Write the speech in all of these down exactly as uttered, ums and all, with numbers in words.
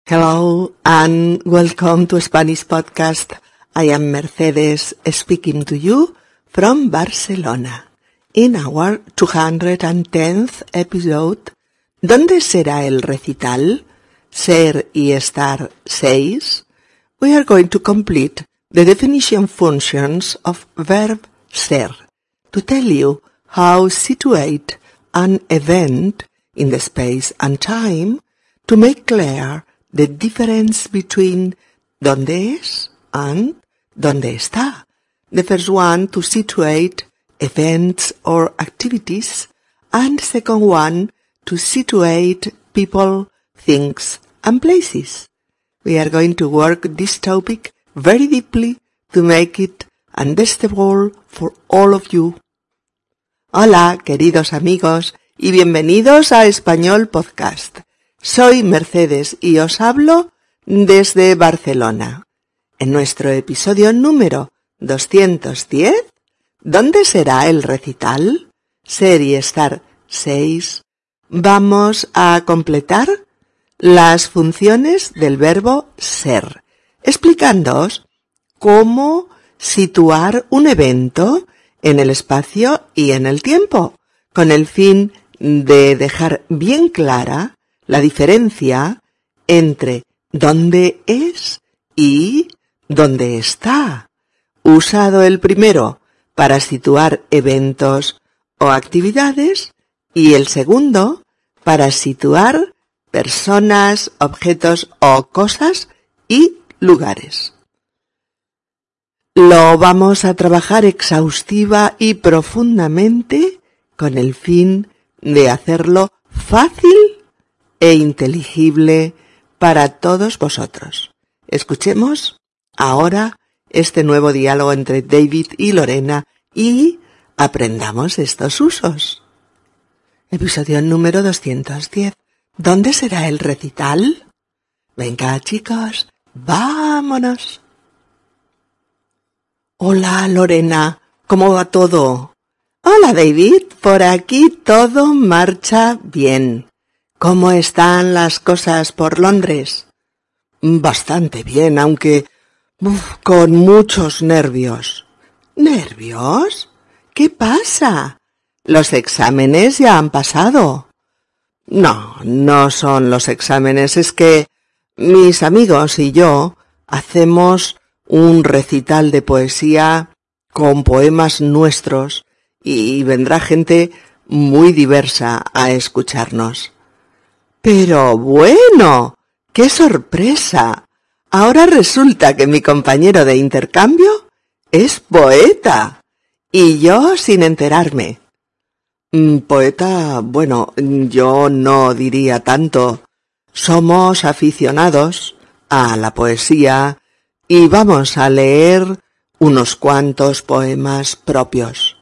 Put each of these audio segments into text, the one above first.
Hello and welcome to Spanish Podcast. I am Mercedes speaking to you from Barcelona. In our two hundred tenth episode, ¿Dónde será el recital? Ser y estar seis. We are going to complete the definition functions of verb ser to tell you how situate an event in the space and time to make clear the difference between ¿dónde es? And ¿dónde está? The first one to situate events or activities, and second one to situate people, things, and places. We are going to work this topic very deeply to make it understandable for all of you. Hola, queridos amigos, y bienvenidos a Español Podcast. Soy Mercedes y os hablo desde Barcelona. En nuestro episodio número doscientos diez, ¿dónde será el recital? Ser y estar seis. Vamos a completar las funciones del verbo ser, explicándoos cómo situar un evento en el espacio y en el tiempo, con el fin de dejar bien clara la diferencia entre dónde es y dónde está. Usado el primero para situar eventos o actividades y el segundo para situar personas, objetos o cosas y lugares. Lo vamos a trabajar exhaustiva y profundamente con el fin de hacerlo fácil e inteligible para todos vosotros. Escuchemos ahora este nuevo diálogo entre David y Lorena y aprendamos estos usos. Episodio número doscientos diez. ¿Dónde será el recital? Venga, chicos, vámonos. Hola, Lorena, ¿cómo va todo? Hola, David, por aquí todo marcha bien. ¿Cómo están las cosas por Londres? Bastante bien, aunque uf, con muchos nervios. ¿Nervios? ¿Qué pasa? ¿Los exámenes ya han pasado? No, no son los exámenes, es que mis amigos y yo hacemos un recital de poesía con poemas nuestros y vendrá gente muy diversa a escucharnos. Pero bueno, ¡qué sorpresa! Ahora resulta que mi compañero de intercambio es poeta, y yo sin enterarme. Poeta, bueno, yo no diría tanto. Somos aficionados a la poesía y vamos a leer unos cuantos poemas propios.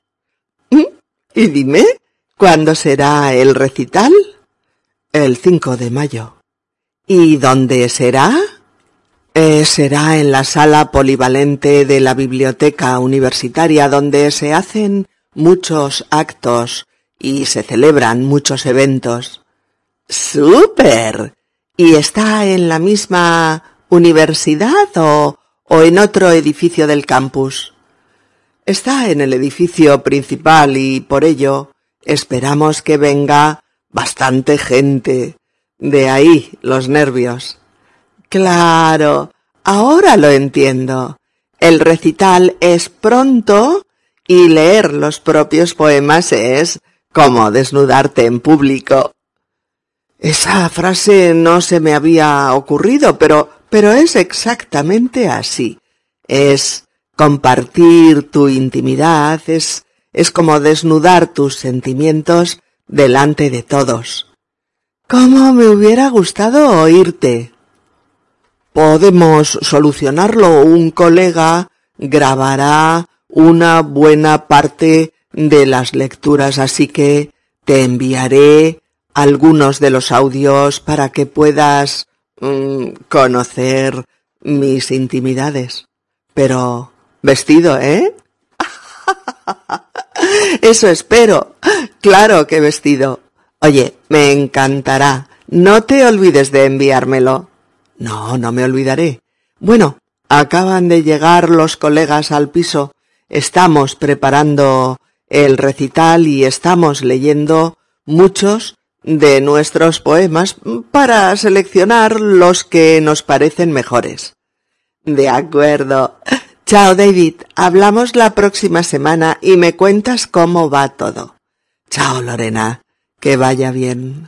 Y dime, ¿cuándo será el recital? El cinco de mayo. ¿Y dónde será? Eh, será en la sala polivalente de la biblioteca universitaria, donde se hacen muchos actos y se celebran muchos eventos. ¡Súper! ¿Y está en la misma universidad o, o en otro edificio del campus? Está en el edificio principal y por ello esperamos que venga bastante gente. De ahí los nervios. Claro, ahora lo entiendo. El recital es pronto y leer los propios poemas es como desnudarte en público. Esa frase no se me había ocurrido, pero, pero es exactamente así. Es compartir tu intimidad, es, es como desnudar tus sentimientos delante de todos. ¿Cómo me hubiera gustado oírte? Podemos solucionarlo. Un colega grabará una buena parte de las lecturas, así que te enviaré algunos de los audios para que puedas mmm, conocer mis intimidades. Pero vestido, ¿eh? Eso espero. Claro que vestido. Oye, me encantará. No te olvides de enviármelo. No, no me olvidaré. Bueno, acaban de llegar los colegas al piso. Estamos preparando el recital y estamos leyendo muchos de nuestros poemas para seleccionar los que nos parecen mejores. De acuerdo. Chao, David. Hablamos la próxima semana y me cuentas cómo va todo. Chao, Lorena. Que vaya bien.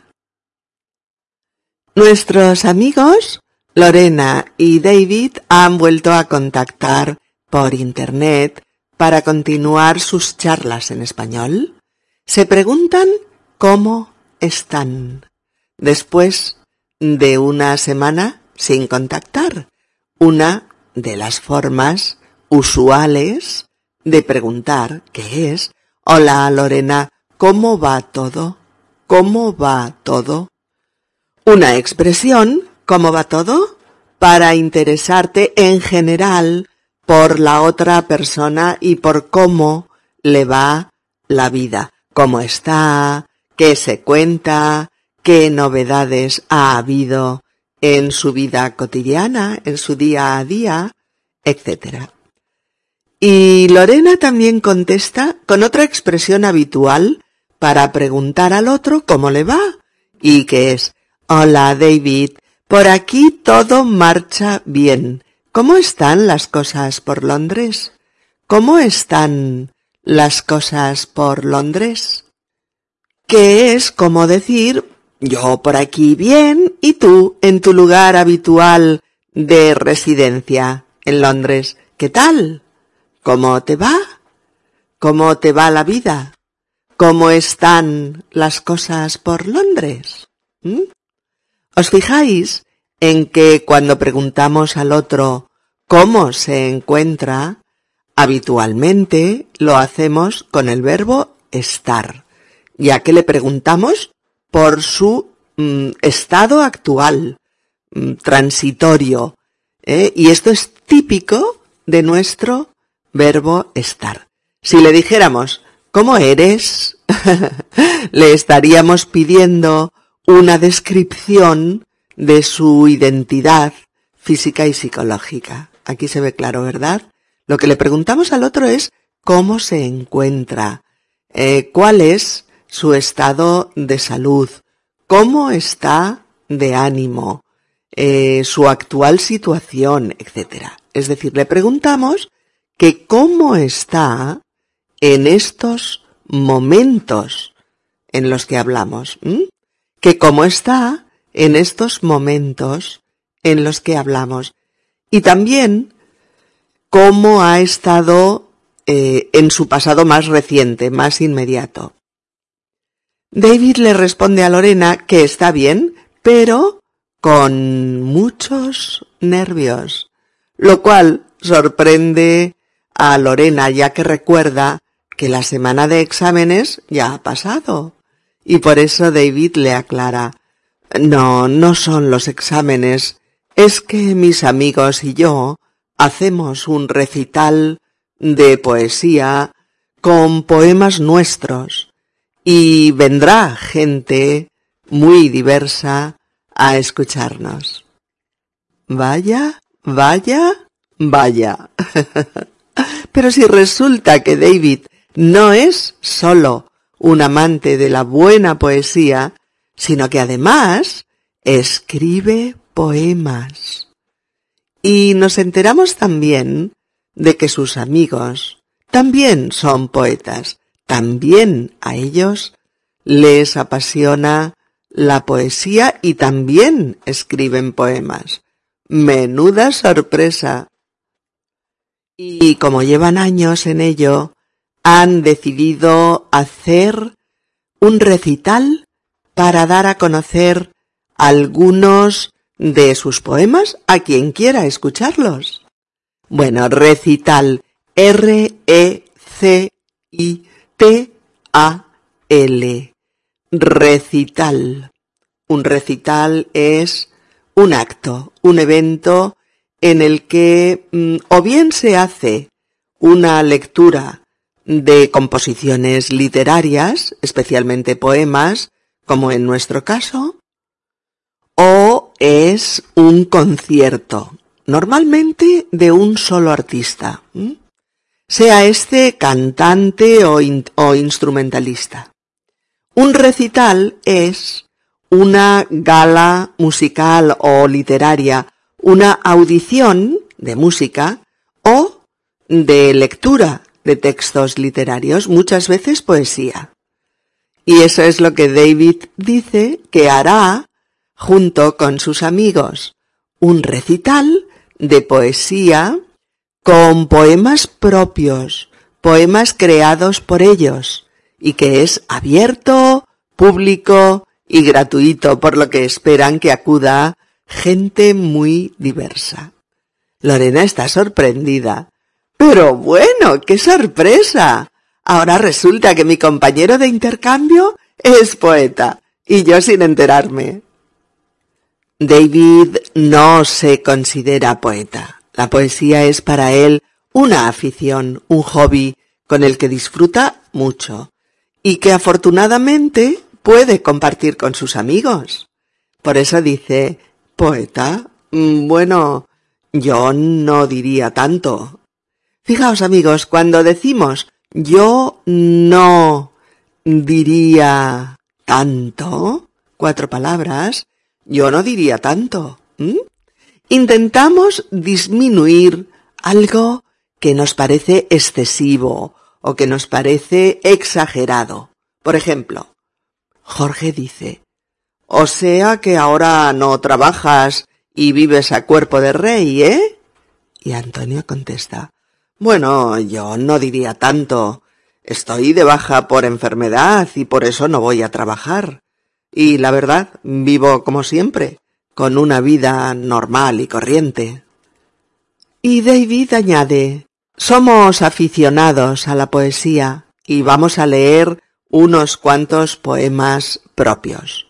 Nuestros amigos Lorena y David han vuelto a contactar por internet para continuar sus charlas en español. Se preguntan cómo están después de una semana sin contactar. Una de las formas usuales de preguntar, que es: hola Lorena, ¿cómo va todo? ¿Cómo va todo? Una expresión, ¿cómo va todo?, para interesarte en general por la otra persona y por cómo le va la vida, cómo está, qué se cuenta, qué novedades ha habido en su vida cotidiana, en su día a día, etcétera. Y Lorena también contesta con otra expresión habitual para preguntar al otro cómo le va, y que es: hola David, por aquí todo marcha bien. ¿Cómo están las cosas por Londres? ¿Cómo están las cosas por Londres? Que es como decir: yo por aquí bien y tú en tu lugar habitual de residencia en Londres, ¿qué tal? ¿Cómo te va? ¿Cómo te va la vida? ¿Cómo están las cosas por Londres? ¿Mm? ¿Os fijáis en que cuando preguntamos al otro cómo se encuentra, habitualmente lo hacemos con el verbo estar, ya que le preguntamos por su mm, estado actual, mm, transitorio, ¿eh? Y esto es típico de nuestro verbo estar. Si le dijéramos ¿cómo eres?, le estaríamos pidiendo una descripción de su identidad física y psicológica. Aquí se ve claro, ¿verdad? Lo que le preguntamos al otro es cómo se encuentra, eh, cuál es su estado de salud, cómo está de ánimo, eh, su actual situación, etcétera. Es decir, le preguntamos que cómo está en estos momentos en los que hablamos, ¿m? que cómo está en estos momentos en los que hablamos, y también cómo ha estado eh, en su pasado más reciente, más inmediato. David le responde a Lorena que está bien, pero con muchos nervios, lo cual sorprende a Lorena, ya que recuerda que la semana de exámenes ya ha pasado. Y por eso David le aclara: no, no son los exámenes, es que mis amigos y yo hacemos un recital de poesía con poemas nuestros y vendrá gente muy diversa a escucharnos. Vaya, vaya, vaya. Pero si resulta que David no es solo un amante de la buena poesía, sino que además escribe poemas. Y nos enteramos también de que sus amigos también son poetas, también a ellos les apasiona la poesía y también escriben poemas. ¡Menuda sorpresa! Y como llevan años en ello, han decidido hacer un recital para dar a conocer algunos de sus poemas a quien quiera escucharlos. Bueno, recital, R E C I T A L, recital. Un recital es un acto, un evento en el que mm, o bien se hace una lectura de composiciones literarias, especialmente poemas, como en nuestro caso, o es un concierto, normalmente de un solo artista, ¿m? sea este cantante o, in- o instrumentalista. Un recital es una gala musical o literaria, una audición de música o de lectura de textos literarios, muchas veces poesía. Y eso es lo que David dice que hará junto con sus amigos, un recital de poesía con poemas propios, poemas creados por ellos, y que es abierto, público y gratuito, por lo que esperan que acuda gente muy diversa. Lorena está sorprendida. ¡Pero bueno, qué sorpresa! Ahora resulta que mi compañero de intercambio es poeta, y yo sin enterarme. David no se considera poeta. La poesía es para él una afición, un hobby con el que disfruta mucho y que afortunadamente puede compartir con sus amigos. Por eso dice, ¿poeta? Bueno, yo no diría tanto. Fijaos, amigos, cuando decimos yo no diría tanto, cuatro palabras, yo no diría tanto. ¿m? Intentamos disminuir algo que nos parece excesivo o que nos parece exagerado. Por ejemplo, Jorge dice, o sea que ahora no trabajas y vives a cuerpo de rey, ¿eh? Y Antonio contesta, bueno, yo no diría tanto. Estoy de baja por enfermedad y por eso no voy a trabajar. Y la verdad, vivo como siempre, con una vida normal y corriente. Y David añade, somos aficionados a la poesía y vamos a leer unos cuantos poemas propios.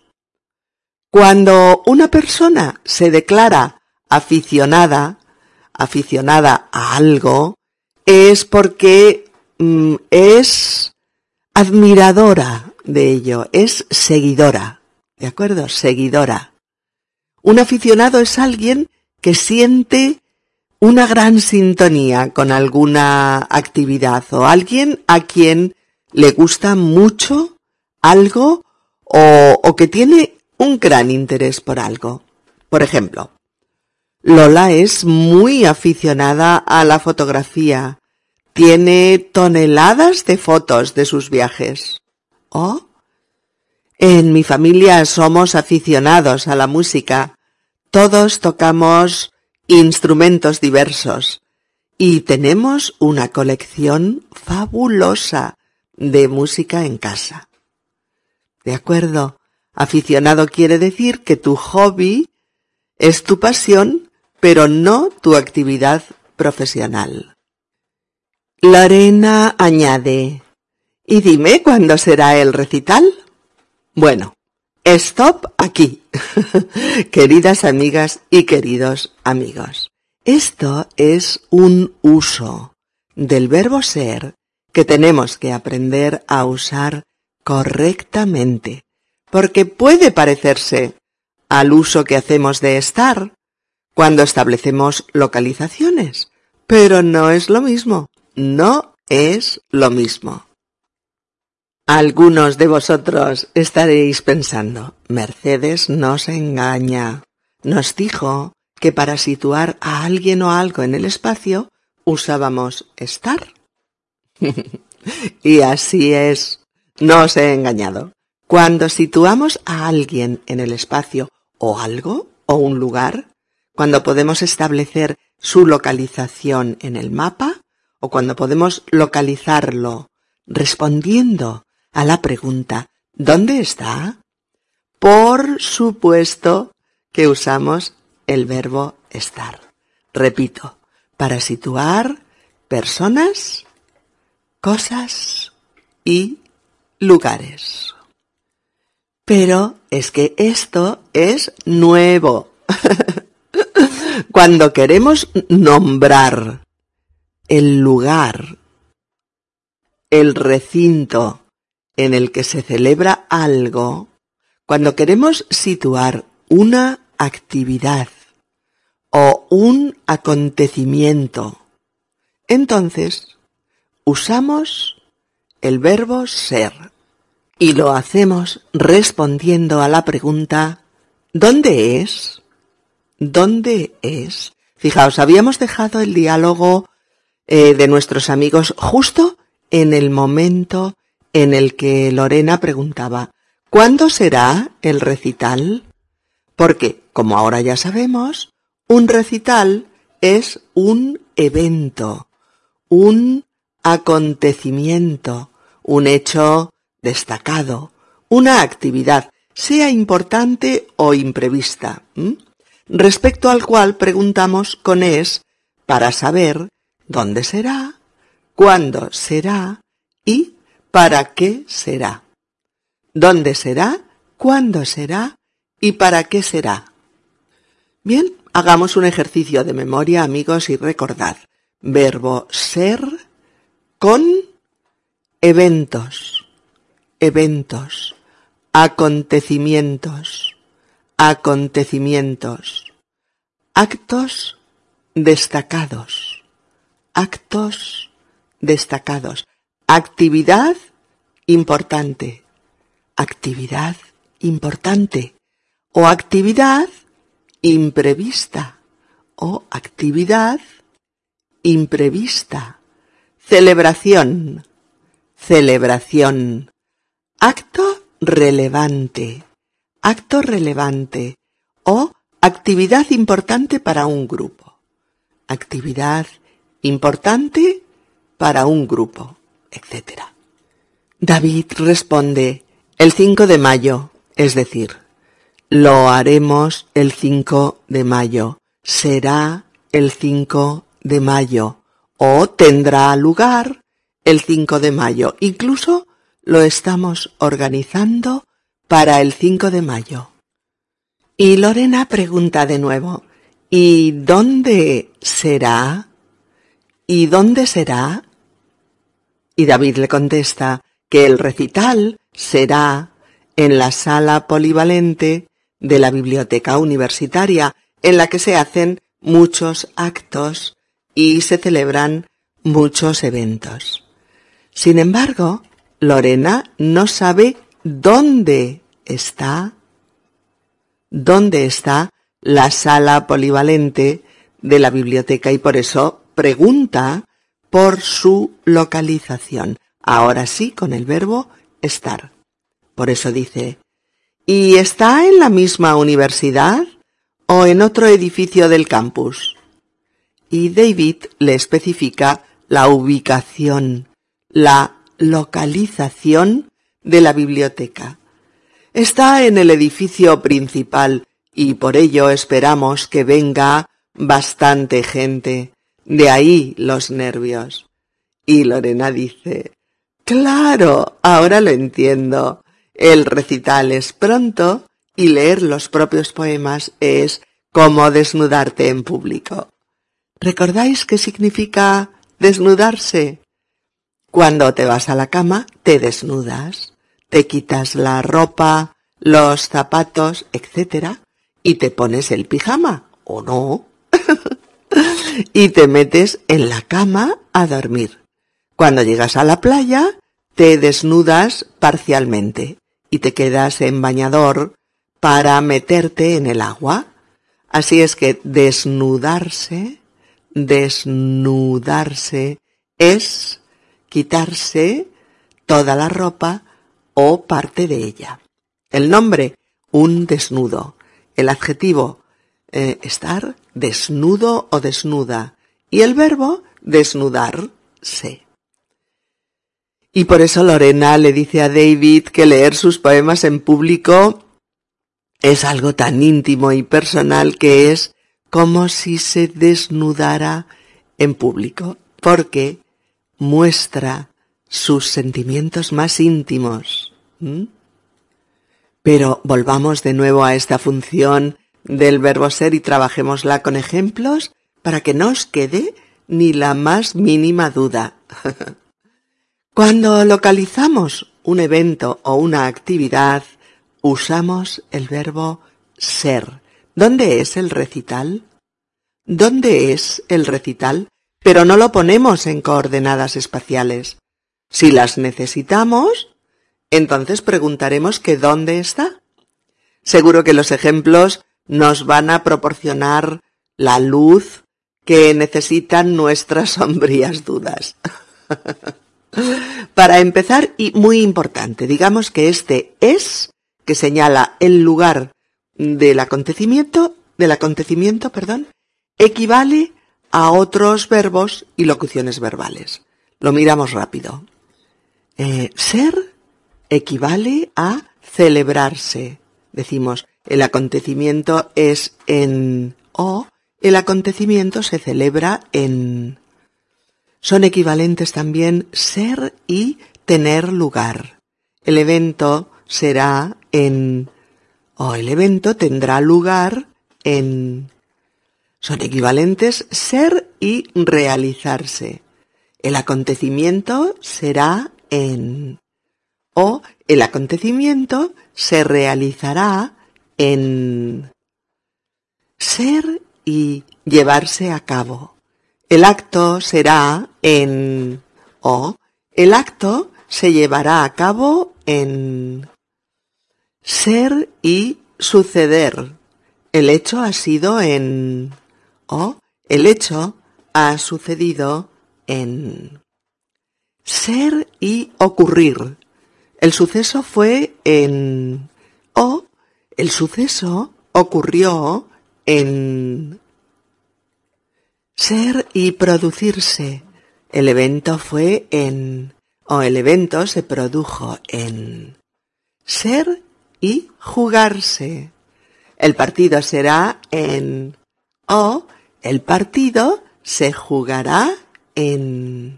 Cuando una persona se declara aficionada, aficionada a algo, es porque mm, es admiradora de ello, es seguidora, ¿de acuerdo? Seguidora. Un aficionado es alguien que siente una gran sintonía con alguna actividad o alguien a quien le gusta mucho algo o, o que tiene un gran interés por algo. Por ejemplo, Lola es muy aficionada a la fotografía. Tiene toneladas de fotos de sus viajes. ¿Oh? En mi familia somos aficionados a la música. Todos tocamos instrumentos diversos y tenemos una colección fabulosa de música en casa. ¿De acuerdo? Aficionado quiere decir que tu hobby es tu pasión, pero no tu actividad profesional. Lorena añade, ¿y dime cuándo será el recital? Bueno, stop aquí, queridas amigas y queridos amigos. Esto es un uso del verbo ser que tenemos que aprender a usar correctamente, porque puede parecerse al uso que hacemos de estar cuando establecemos localizaciones, pero no es lo mismo, no es lo mismo. Algunos de vosotros estaréis pensando, Mercedes nos engaña. Nos dijo que para situar a alguien o algo en el espacio usábamos estar. Y así es, no os he engañado. Cuando situamos a alguien en el espacio o algo o un lugar, cuando podemos establecer su localización en el mapa o cuando podemos localizarlo respondiendo a la pregunta ¿dónde está? Por supuesto que usamos el verbo estar. Repito, para situar personas, cosas y lugares. Pero es que esto es nuevo. Cuando queremos nombrar el lugar, el recinto en el que se celebra algo, cuando queremos situar una actividad o un acontecimiento, entonces usamos el verbo ser y lo hacemos respondiendo a la pregunta ¿dónde es? ¿Dónde es? Fijaos, habíamos dejado el diálogo eh, de nuestros amigos justo en el momento en el que Lorena preguntaba ¿cuándo será el recital? Porque, como ahora ya sabemos, un recital es un evento, un acontecimiento, un hecho destacado, una actividad, sea importante o imprevista, ¿m? respecto al cual preguntamos con es para saber dónde será, cuándo será y para qué será. ¿Dónde será? ¿Cuándo será? ¿Y para qué será? Bien, hagamos un ejercicio de memoria, amigos, y recordad. Verbo ser con eventos, eventos, acontecimientos, acontecimientos, actos destacados, actos destacados, actividad importante, actividad importante, o actividad imprevista, o actividad imprevista, celebración, celebración, acto relevante, acto relevante, o actividad importante para un grupo, actividad importante para un grupo, etcétera. David responde, el cinco de mayo, es decir, lo haremos el cinco de mayo, será el cinco de mayo, o tendrá lugar el cinco de mayo, incluso lo estamos organizando para el cinco de mayo. Y Lorena pregunta de nuevo, ¿y dónde será? ¿Y dónde será? Y David le contesta que el recital será en la sala polivalente de la biblioteca universitaria, en la que se hacen muchos actos y se celebran muchos eventos. Sin embargo, Lorena no sabe dónde está, dónde está la sala polivalente de la biblioteca y por eso pregunta por su localización. Ahora sí, con el verbo estar. Por eso dice, ¿y está en la misma universidad o en otro edificio del campus? Y David le especifica la ubicación, la localización de la biblioteca. Está en el edificio principal y por ello esperamos que venga bastante gente. De ahí los nervios. Y Lorena dice, claro, ahora lo entiendo. El recital es pronto y leer los propios poemas es como desnudarte en público. ¿Recordáis qué significa desnudarse? Cuando te vas a la cama, te desnudas, te quitas la ropa, los zapatos, etcétera, y te pones el pijama, ¿o no? Y te metes en la cama a dormir. Cuando llegas a la playa, te desnudas parcialmente y te quedas en bañador para meterte en el agua. Así es que desnudarse, desnudarse es quitarse toda la ropa o parte de ella. El nombre, un desnudo. El adjetivo, eh, estar desnudo o desnuda. Y el verbo, desnudarse. Y por eso Lorena le dice a David que leer sus poemas en público es algo tan íntimo y personal que es como si se desnudara en público, porque muestra sus sentimientos más íntimos. ¿Mm? Pero volvamos de nuevo a esta función del verbo ser y trabajémosla con ejemplos para que no os quede ni la más mínima duda. Cuando localizamos un evento o una actividad, usamos el verbo ser, ¿Dónde es el recital? ¿Dónde es el recital? Pero no lo ponemos en coordenadas espaciales. Si las necesitamos, entonces preguntaremos que ¿dónde está? Seguro que los ejemplos nos van a proporcionar la luz que necesitan nuestras sombrías dudas. Para empezar, y muy importante, digamos que este es, que señala el lugar del acontecimiento, del acontecimiento, perdón, equivale a otros verbos y locuciones verbales. Lo miramos rápido. Eh, ser equivale a celebrarse. Decimos, el acontecimiento es en o, el acontecimiento se celebra en. Son equivalentes también ser y tener lugar. El evento será en o el evento tendrá lugar en. Son equivalentes ser y realizarse. El acontecimiento será en o el acontecimiento se realizará en. Ser y llevarse a cabo. El acto será en o el acto se llevará a cabo en. Ser y suceder. El hecho ha sido en o el hecho ha sucedido en. Ser y ocurrir. El suceso fue en o el suceso ocurrió en. Ser y producirse. El evento fue en o el evento se produjo en. Ser y jugarse. El partido será en o el partido se jugará en.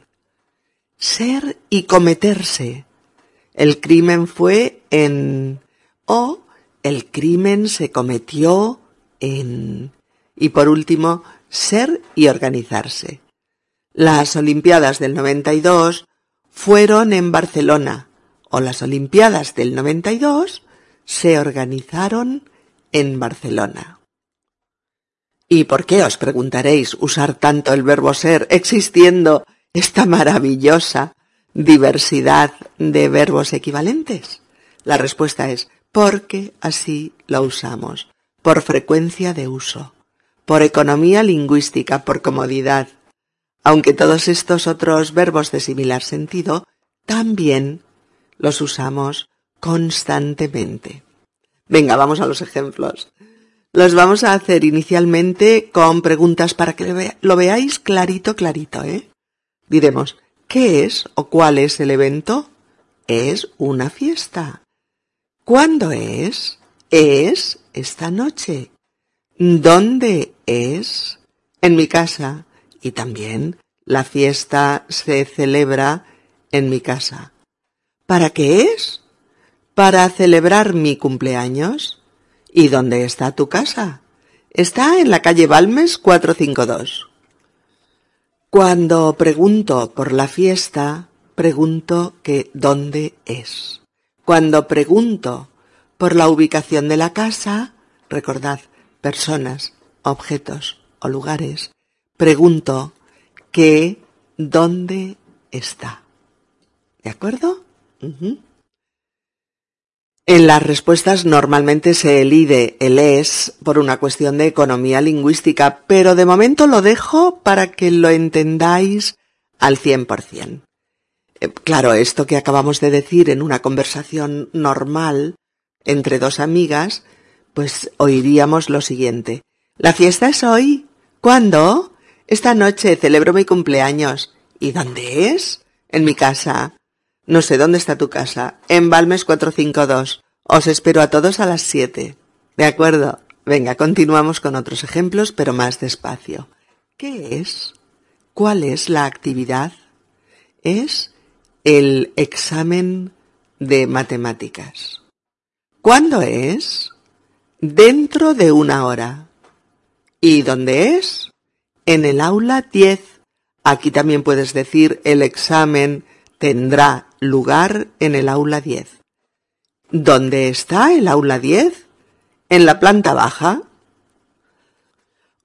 Ser y cometerse. El crimen fue en o el crimen se cometió en. Y por último, ser y organizarse. Las Olimpiadas del noventa y dos fueron en Barcelona o las Olimpiadas del noventa y dos se organizaron en Barcelona. ¿Y por qué, os preguntaréis, usar tanto el verbo ser existiendo esta maravillosa diversidad de verbos equivalentes? La respuesta es porque así lo usamos, por frecuencia de uso, por economía lingüística, por comodidad, aunque todos estos otros verbos de similar sentido también los usamos constantemente. Venga, vamos a los ejemplos. Los vamos a hacer inicialmente con preguntas para que lo veáis clarito, clarito, ¿eh? Diremos, ¿qué es o cuál es el evento? Es una fiesta. ¿Cuándo es? Es esta noche. ¿Dónde es? En mi casa. Y también la fiesta se celebra en mi casa. ¿Para qué es? Para celebrar mi cumpleaños. ¿Y dónde está tu casa? Está en la calle Balmes cuatrocientos cincuenta y dos. Cuando pregunto por la fiesta, pregunto que dónde es. Cuando pregunto por la ubicación de la casa, recordad, personas, objetos o lugares, pregunto que dónde está. ¿De acuerdo? Uh-huh. En las respuestas normalmente se elide el es por una cuestión de economía lingüística, pero de momento lo dejo para que lo entendáis al cien por cien. Eh, claro, esto que acabamos de decir en una conversación normal entre dos amigas, pues oiríamos lo siguiente. La fiesta es hoy. ¿Cuándo? Esta noche celebro mi cumpleaños. ¿Y dónde es? En mi casa. No sé dónde está tu casa. En Balmes cuatrocientos cincuenta y dos. Os espero a todos a las siete. ¿De acuerdo? Venga, continuamos con otros ejemplos, pero más despacio. ¿Qué es? ¿Cuál es la actividad? Es el examen de matemáticas. ¿Cuándo es? Dentro de una hora. ¿Y dónde es? En el aula diez. Aquí también puedes decir el examen tendrá lugar en el aula diez. ¿Dónde está el aula diez? En la planta baja.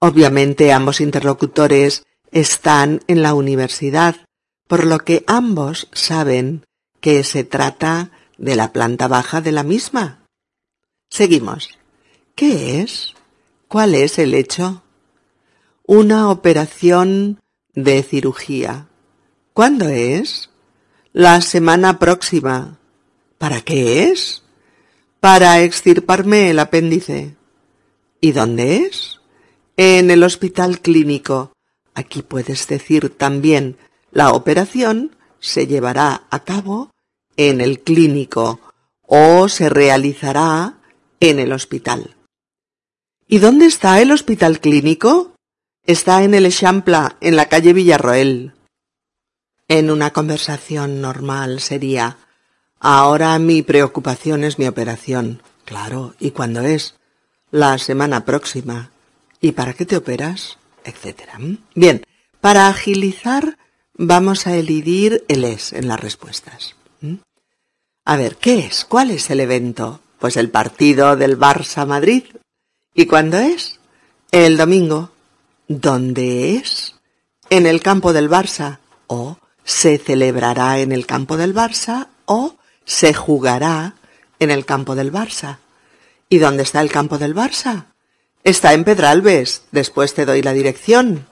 Obviamente ambos interlocutores están en la universidad, por lo que ambos saben que se trata de la planta baja de la misma. Seguimos. ¿Qué es? ¿Cuál es el hecho? Una operación de cirugía. ¿Cuándo es? La semana próxima. ¿Para qué es? Para extirparme el apéndice. ¿Y dónde es? En el hospital clínico. Aquí puedes decir también, la operación se llevará a cabo en el clínico o se realizará en el hospital. ¿Y dónde está el hospital clínico? Está en el Eixample, en la calle Villarroel. En una conversación normal sería, ahora mi preocupación es mi operación. Claro, ¿y cuándo es? La semana próxima. ¿Y para qué te operas? Etcétera. Bien, para agilizar vamos a elidir el es en las respuestas. A ver, ¿qué es? ¿Cuál es el evento? Pues el partido del Barça Madrid. ¿Y cuándo es? El domingo. ¿Dónde es? En el campo del Barça. O se celebrará en el campo del Barça o se jugará en el campo del Barça. ¿Y dónde está el campo del Barça? Está en Pedralbes. Después te doy la dirección.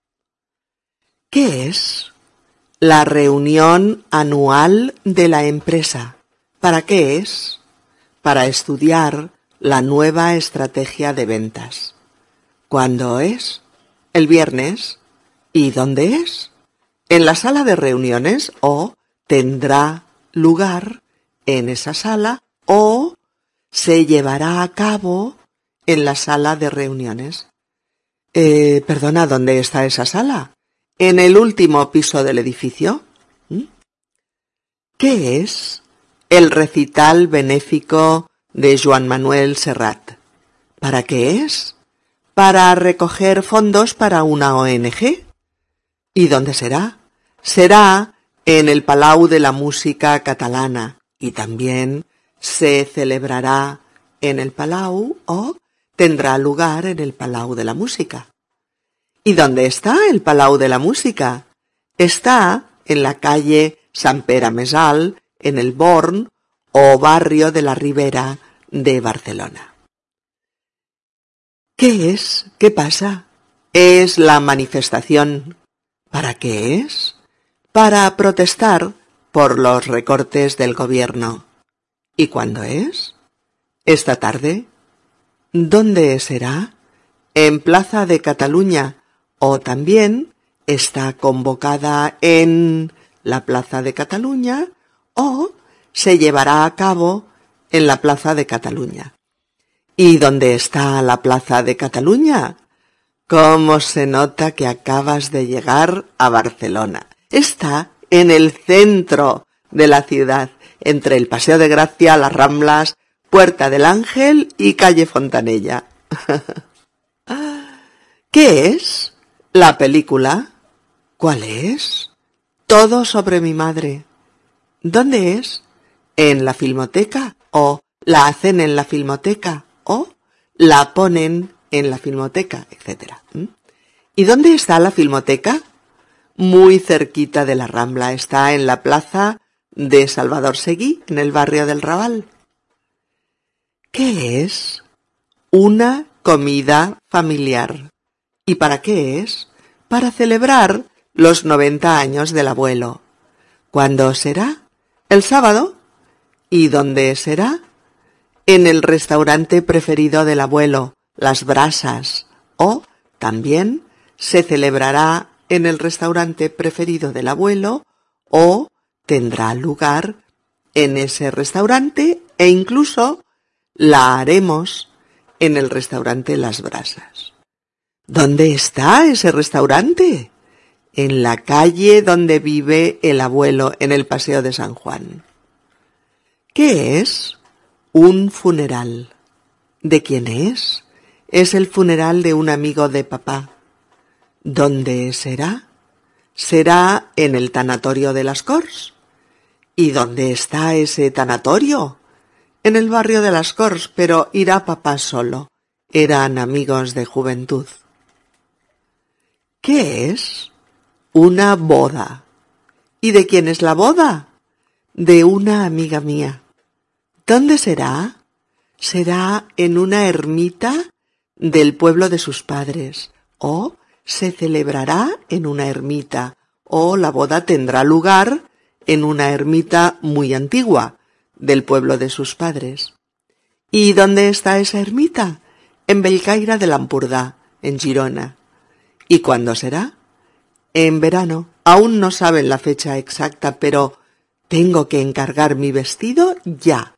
¿Qué es? La reunión anual de la empresa. ¿Para qué es? Para estudiar la nueva estrategia de ventas. ¿Cuándo es? El viernes. ¿Y dónde es? En la sala de reuniones o tendrá lugar en esa sala o se llevará a cabo en la sala de reuniones. Eh, perdona, ¿dónde está esa sala? En el último piso del edificio. ¿Mm? ¿Qué es? El recital benéfico de Joan Manuel Serrat. ¿Para qué es? Para recoger fondos para una O N G. ¿Y dónde será? Será en el Palau de la Música Catalana y también se celebrará en el Palau o tendrá lugar en el Palau de la Música. ¿Y dónde está el Palau de la Música? Está en la calle Sant Pere Més Alt, en el Born o barrio de la Ribera de Barcelona. ¿Qué es? ¿Qué pasa? Es la manifestación. ¿Para qué es? Para protestar por los recortes del gobierno. ¿Y cuándo es? Esta tarde. ¿Dónde será? En Plaza de Cataluña o también está convocada en la Plaza de Cataluña o se llevará a cabo en la Plaza de Cataluña. ¿Y dónde está la Plaza de Cataluña? ¿Cómo se nota que acabas de llegar a Barcelona? Está en el centro de la ciudad, entre el Paseo de Gracia, las Ramblas, Puerta del Ángel y calle Fontanella. ¿Qué es? ¿La película? ¿Cuál es? Todo sobre mi madre. ¿Dónde es? ¿En la Filmoteca? ¿O la hacen en la Filmoteca? ¿O la ponen en la Filmoteca? Etcétera. ¿Y dónde está la Filmoteca? Muy cerquita de la Rambla. Está en la plaza de Salvador Seguí, en el barrio del Raval. ¿Qué es? Una comida familiar. ¿Y para qué es? Para celebrar los noventa años del abuelo. ¿Cuándo será? ¿El sábado? ¿Y dónde será? En el restaurante preferido del abuelo, Las Brasas. O también se celebrará en el restaurante preferido del abuelo o tendrá lugar en ese restaurante e incluso la haremos en el restaurante Las Brasas. ¿Dónde está ese restaurante? En la calle donde vive el abuelo, en el Paseo de San Juan. ¿Qué es? Un funeral. ¿De quién es? Es el funeral de un amigo de papá. ¿Dónde será? Será en el tanatorio de Las Corts. ¿Y dónde está ese tanatorio? En el barrio de Las Corts, pero irá papá solo. Eran amigos de juventud. ¿Qué es? Una boda. ¿Y de quién es la boda? De una amiga mía. ¿Dónde será? Será en una ermita del pueblo de sus padres, o se celebrará en una ermita, o la boda tendrá lugar en una ermita muy antigua del pueblo de sus padres. ¿Y dónde está esa ermita? En Bellcaire de l'Empordà, en Girona. ¿Y cuándo será? En verano. Aún no saben la fecha exacta, pero tengo que encargar mi vestido ya.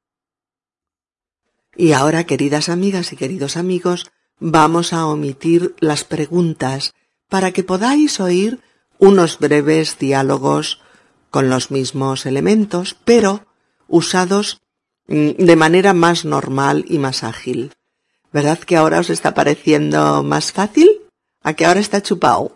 Y ahora, queridas amigas y queridos amigos, vamos a omitir las preguntas para que podáis oír unos breves diálogos con los mismos elementos, pero usados de manera más normal y más ágil. ¿Verdad que ahora os está pareciendo más fácil? ¿A que ahora está chupao?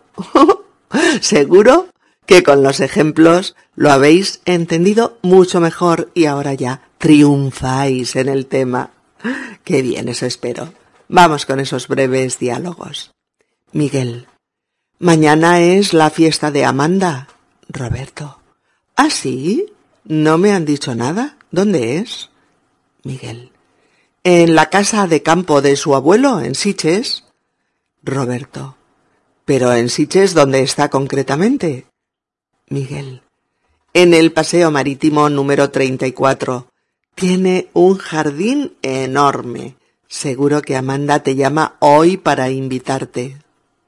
Seguro que con los ejemplos lo habéis entendido mucho mejor y ahora ya triunfáis en el tema. Qué bien, eso espero. Vamos con esos breves diálogos. Miguel. Mañana es la fiesta de Amanda. Roberto. ¿Ah, sí? No me han dicho nada. ¿Dónde es? Miguel. En la casa de campo de su abuelo, en Sitges. Roberto. ¿Pero en Sitges dónde está concretamente? Miguel. En el paseo marítimo número treinta y cuatro. Tiene un jardín enorme. Seguro que Amanda te llama hoy para invitarte.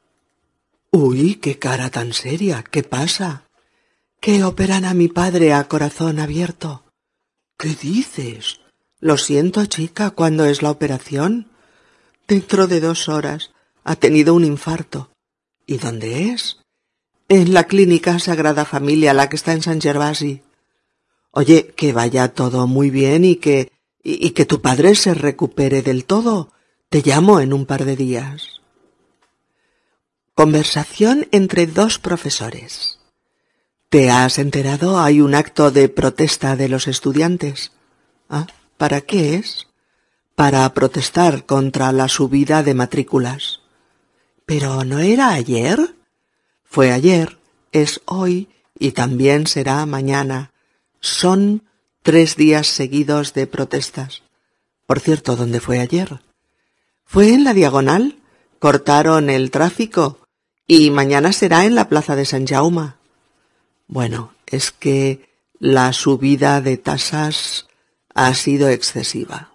Uy, qué cara tan seria. ¿Qué pasa? Que operan a mi padre a corazón abierto. ¿Qué dices? Lo siento, chica, ¿cuándo es la operación? Dentro de dos horas. Ha tenido un infarto. ¿Y dónde es? En la clínica Sagrada Familia, la que está en San Gervasi. Oye, que vaya todo muy bien y que, y, y que tu padre se recupere del todo. Te llamo en un par de días. Conversación entre dos profesores. ¿Te has enterado? Hay un acto de protesta de los estudiantes. Ah, ¿para qué es? Para protestar contra la subida de matrículas. ¿Pero no era ayer? Fue ayer, es hoy y también será mañana. Son tres días seguidos de protestas. Por cierto, ¿dónde fue ayer? Fue en la Diagonal, cortaron el tráfico y mañana será en la Plaza de Sant Jaume. Bueno, es que la subida de tasas ha sido excesiva.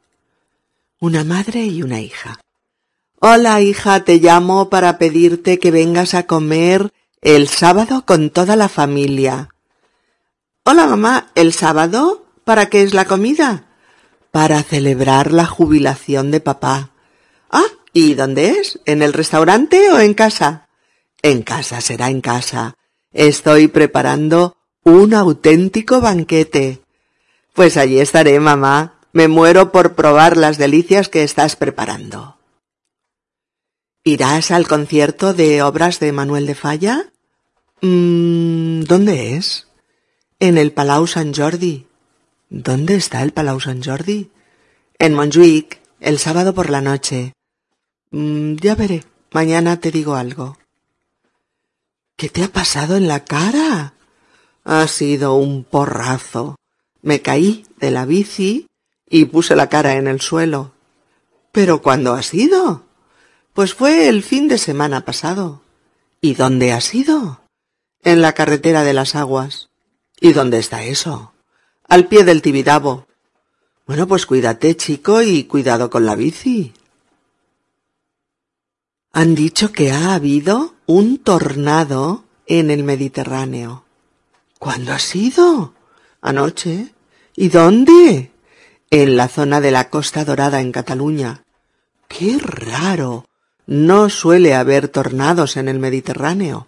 Una madre y una hija. Hola, hija, te llamo para pedirte que vengas a comer el sábado con toda la familia. Hola, mamá, ¿el sábado? ¿Para qué es la comida? Para celebrar la jubilación de papá. Ah, ¿y dónde es? ¿En el restaurante o en casa? En casa, será en casa. Estoy preparando un auténtico banquete. Pues allí estaré, mamá. Me muero por probar las delicias que estás preparando. ¿Irás al concierto de obras de Manuel de Falla? Mm, ¿dónde es? En el Palau Sant Jordi. ¿Dónde está el Palau Sant Jordi? En Montjuïc, el sábado por la noche. Mm, ya veré, mañana te digo algo. ¿Qué te ha pasado en la cara? Ha sido un porrazo. Me caí de la bici y puse la cara en el suelo. ¿Pero cuándo ha sido? Pues fue el fin de semana pasado. ¿Y dónde ha sido? En la carretera de las Aguas. ¿Y dónde está eso? Al pie del Tibidabo. Bueno, pues cuídate, chico, y cuidado con la bici. Han dicho que ha habido un tornado en el Mediterráneo. ¿Cuándo ha sido? Anoche. ¿Y dónde? En la zona de la Costa Dorada, en Cataluña. ¡Qué raro! No suele haber tornados en el Mediterráneo.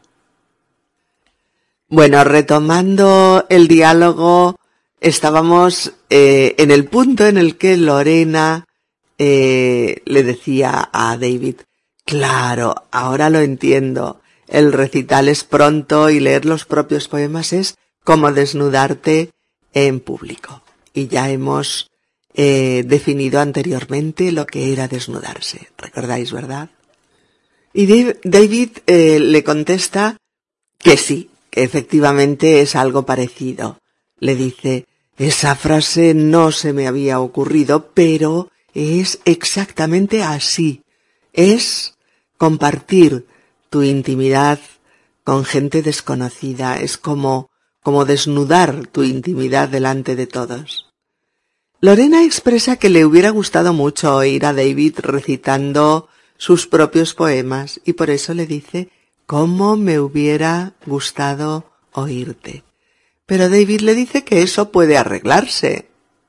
Bueno, retomando el diálogo, estábamos eh, en el punto en el que Lorena eh, le decía a David, claro, ahora lo entiendo, el recital es pronto y leer los propios poemas es como desnudarte en público. Y ya hemos eh, definido anteriormente lo que era desnudarse, ¿recordáis, verdad? Y David eh, le contesta que sí, que efectivamente es algo parecido. Le dice, esa frase no se me había ocurrido, pero es exactamente así. Es compartir tu intimidad con gente desconocida. Es como, como desnudar tu intimidad delante de todos. Lorena expresa que le hubiera gustado mucho oír a David recitando sus propios poemas y por eso le dice, ¿cómo me hubiera gustado oírte? Pero David le dice que eso puede arreglarse.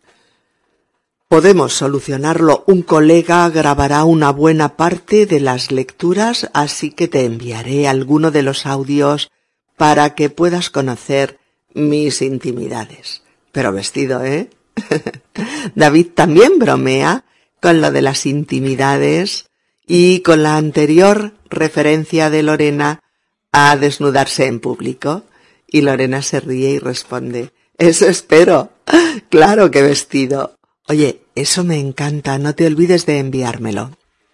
Podemos solucionarlo. Un colega grabará una buena parte de las lecturas, así que te enviaré alguno de los audios para que puedas conocer mis intimidades. Pero vestido, ¿eh? David también bromea con lo de las intimidades y con la anterior referencia de Lorena a desnudarse en público. Y Lorena se ríe y responde, eso espero, claro que vestido. Oye, eso me encanta, no te olvides de enviármelo.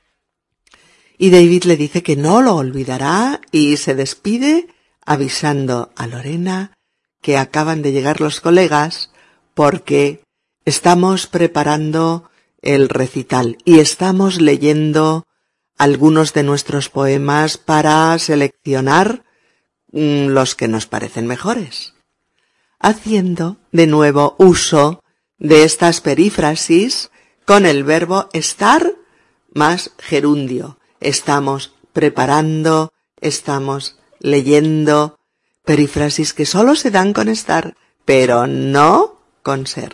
Y David le dice que no lo olvidará y se despide avisando a Lorena que acaban de llegar los colegas porque estamos preparando el recital y estamos leyendo algunos de nuestros poemas para seleccionar mmm, los que nos parecen mejores, haciendo de nuevo uso de estas perífrasis con el verbo estar más gerundio. Estamos preparando, estamos leyendo, perífrasis que solo se dan con estar, pero no con ser.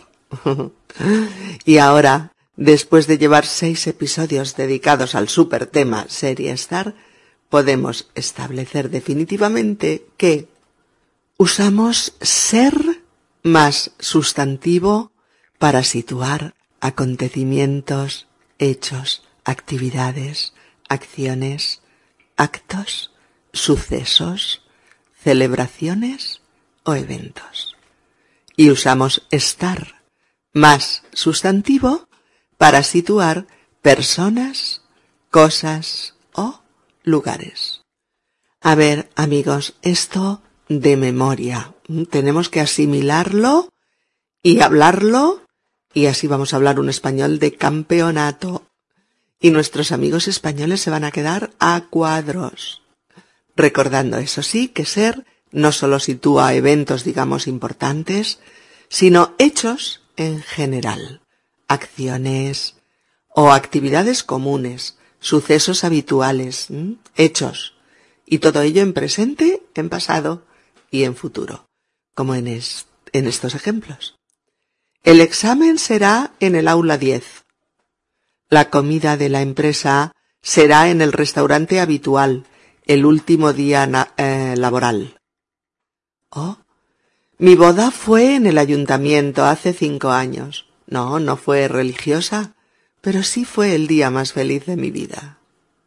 Y ahora, después de llevar seis episodios dedicados al super tema ser y estar, podemos establecer definitivamente que usamos ser más sustantivo para situar acontecimientos, hechos, actividades, acciones, actos, sucesos, celebraciones o eventos. Y usamos estar más sustantivo para situar personas, cosas o lugares. A ver, amigos, esto de memoria. Tenemos que asimilarlo y hablarlo, y así vamos a hablar un español de campeonato. Y nuestros amigos españoles se van a quedar a cuadros. Recordando, eso sí, que ser no solo sitúa eventos, digamos, importantes, sino hechos en general, acciones o actividades comunes, sucesos habituales, ¿m? hechos, y todo ello en presente, en pasado y en futuro, como en, es, en estos ejemplos. El examen será en el aula diez. La comida de la empresa será en el restaurante habitual, el último día na- eh, laboral. Oh, mi boda fue en el ayuntamiento hace cinco años. No, no fue religiosa, pero sí fue el día más feliz de mi vida.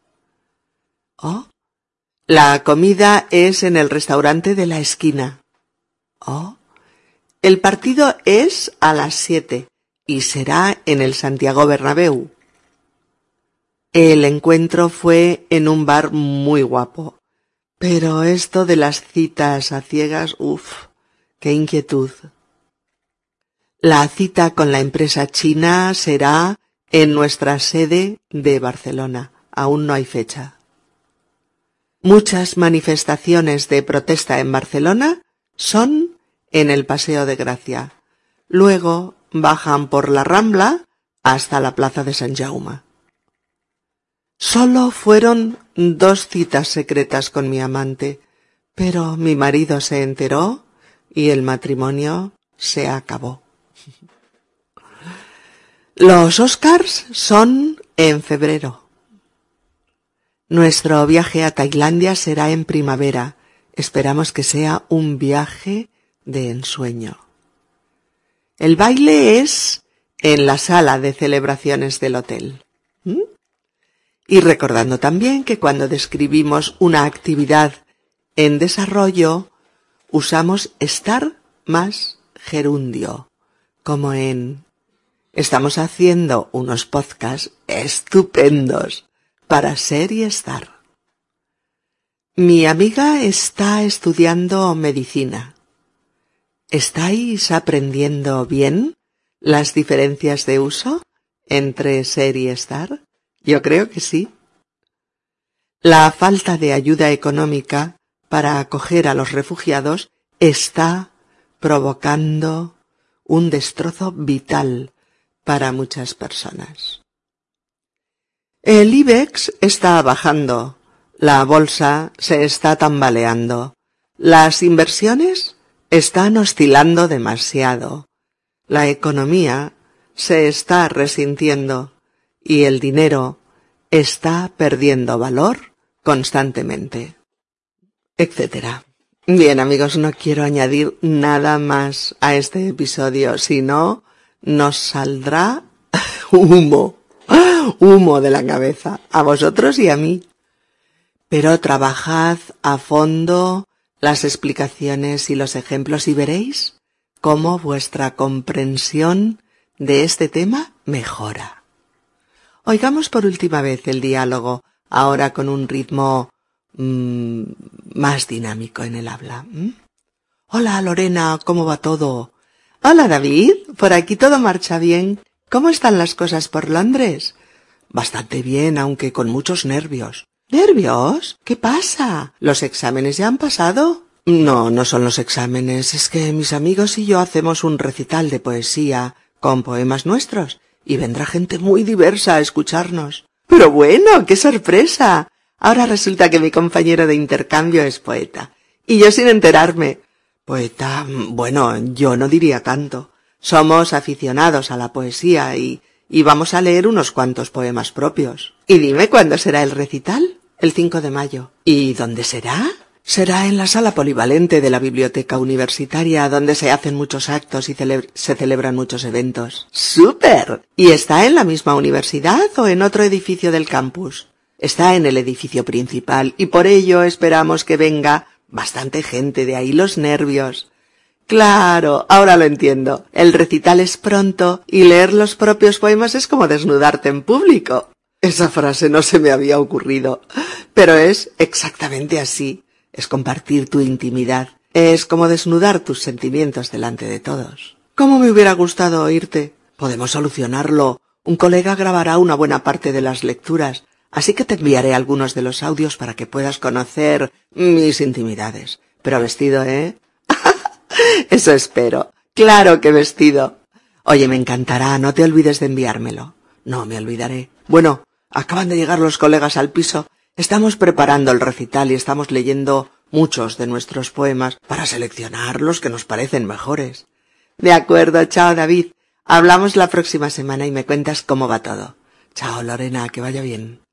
Oh, la comida es en el restaurante de la esquina. Oh, el partido es a las siete y será en el Santiago Bernabéu. El encuentro fue en un bar muy guapo, pero esto de las citas a ciegas, uff, qué inquietud. La cita con la empresa china será en nuestra sede de Barcelona. Aún no hay fecha. Muchas manifestaciones de protesta en Barcelona son en el Paseo de Gracia. Luego bajan por la Rambla hasta la Plaza de Sant Jaume. Solo fueron dos citas secretas con mi amante, pero mi marido se enteró y el matrimonio se acabó. Los Oscars son en febrero. Nuestro viaje a Tailandia será en primavera. Esperamos que sea un viaje de ensueño. El baile es en la sala de celebraciones del hotel. ¿Mm? Y recordando también que cuando describimos una actividad en desarrollo, usamos estar más gerundio, como en estamos haciendo unos podcasts estupendos para ser y estar. Mi amiga está estudiando medicina. ¿Estáis aprendiendo bien las diferencias de uso entre ser y estar? Yo creo que sí. La falta de ayuda económica para acoger a los refugiados está provocando un destrozo vital para muchas personas. El IBEX está bajando, la bolsa se está tambaleando, las inversiones están oscilando demasiado, la economía se está resintiendo y el dinero está perdiendo valor constantemente, etcétera. Bien, amigos, no quiero añadir nada más a este episodio, si no, nos saldrá humo, humo de la cabeza, a vosotros y a mí. Pero trabajad a fondo las explicaciones y los ejemplos y veréis cómo vuestra comprensión de este tema mejora. Oigamos por última vez el diálogo, ahora con un ritmo mmm, más dinámico en el habla. ¿Mm? Hola, Lorena, ¿cómo va todo? Hola, David, por aquí todo marcha bien. ¿Cómo están las cosas por Londres? Bastante bien, aunque con muchos nervios. ¿Nervios? ¿Qué pasa? ¿Los exámenes ya han pasado? No, no son los exámenes, es que mis amigos y yo hacemos un recital de poesía con poemas nuestros y vendrá gente muy diversa a escucharnos. ¡Pero bueno, qué sorpresa! Ahora resulta que mi compañero de intercambio es poeta y yo sin enterarme. Poeta, bueno, yo no diría tanto. Somos aficionados a la poesía y, y vamos a leer unos cuantos poemas propios. Y dime cuándo será el recital. El cinco de mayo. ¿Y dónde será? Será en la sala polivalente de la biblioteca universitaria, donde se hacen muchos actos y cele- se celebran muchos eventos. ¡Súper! ¿Y está en la misma universidad o en otro edificio del campus? Está en el edificio principal y por ello esperamos que venga bastante gente, de ahí los nervios. Claro, ahora lo entiendo. El recital es pronto y leer los propios poemas es como desnudarte en público. Esa frase no se me había ocurrido, pero es exactamente así. Es compartir tu intimidad. Es como desnudar tus sentimientos delante de todos. ¿Cómo me hubiera gustado oírte? Podemos solucionarlo. Un colega grabará una buena parte de las lecturas, así que te enviaré algunos de los audios para que puedas conocer mis intimidades. Pero vestido, ¿eh? Eso espero. Claro que vestido. Oye, me encantará, no te olvides de enviármelo. No me olvidaré. Bueno, acaban de llegar los colegas al piso. Estamos preparando el recital y estamos leyendo muchos de nuestros poemas para seleccionar los que nos parecen mejores. De acuerdo, chao, David. Hablamos la próxima semana y me cuentas cómo va todo. Chao, Lorena, que vaya bien.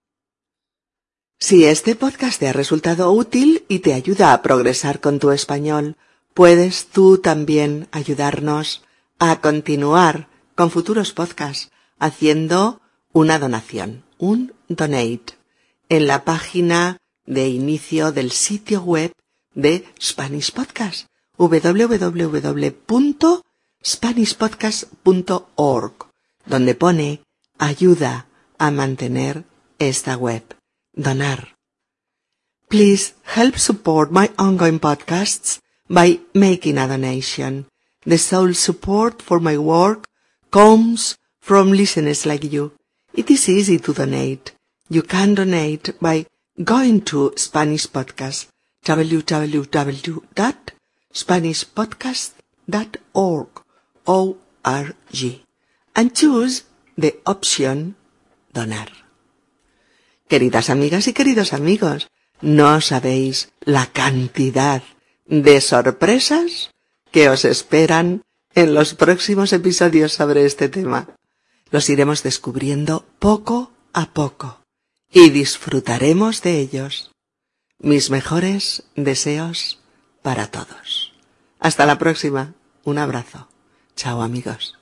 Si este podcast te ha resultado útil y te ayuda a progresar con tu español, puedes tú también ayudarnos a continuar con futuros podcasts haciendo una donación, un donate, en la página de inicio del sitio web de Spanish Podcast, doble u doble u doble u punto spanish podcast punto org, donde pone ayuda a mantener esta web, donar. Please help support my ongoing podcasts by making a donation. The sole support for my work comes from listeners like you. It is easy to donate. You can donate by going to Spanish Podcast, w w w dot spanish podcast dot org, O R G, and choose the option Donar. Queridas amigas y queridos amigos, no sabéis la cantidad de sorpresas que os esperan en los próximos episodios sobre este tema. Los iremos descubriendo poco a poco y disfrutaremos de ellos. Mis mejores deseos para todos. Hasta la próxima. Un abrazo. Chao, amigos.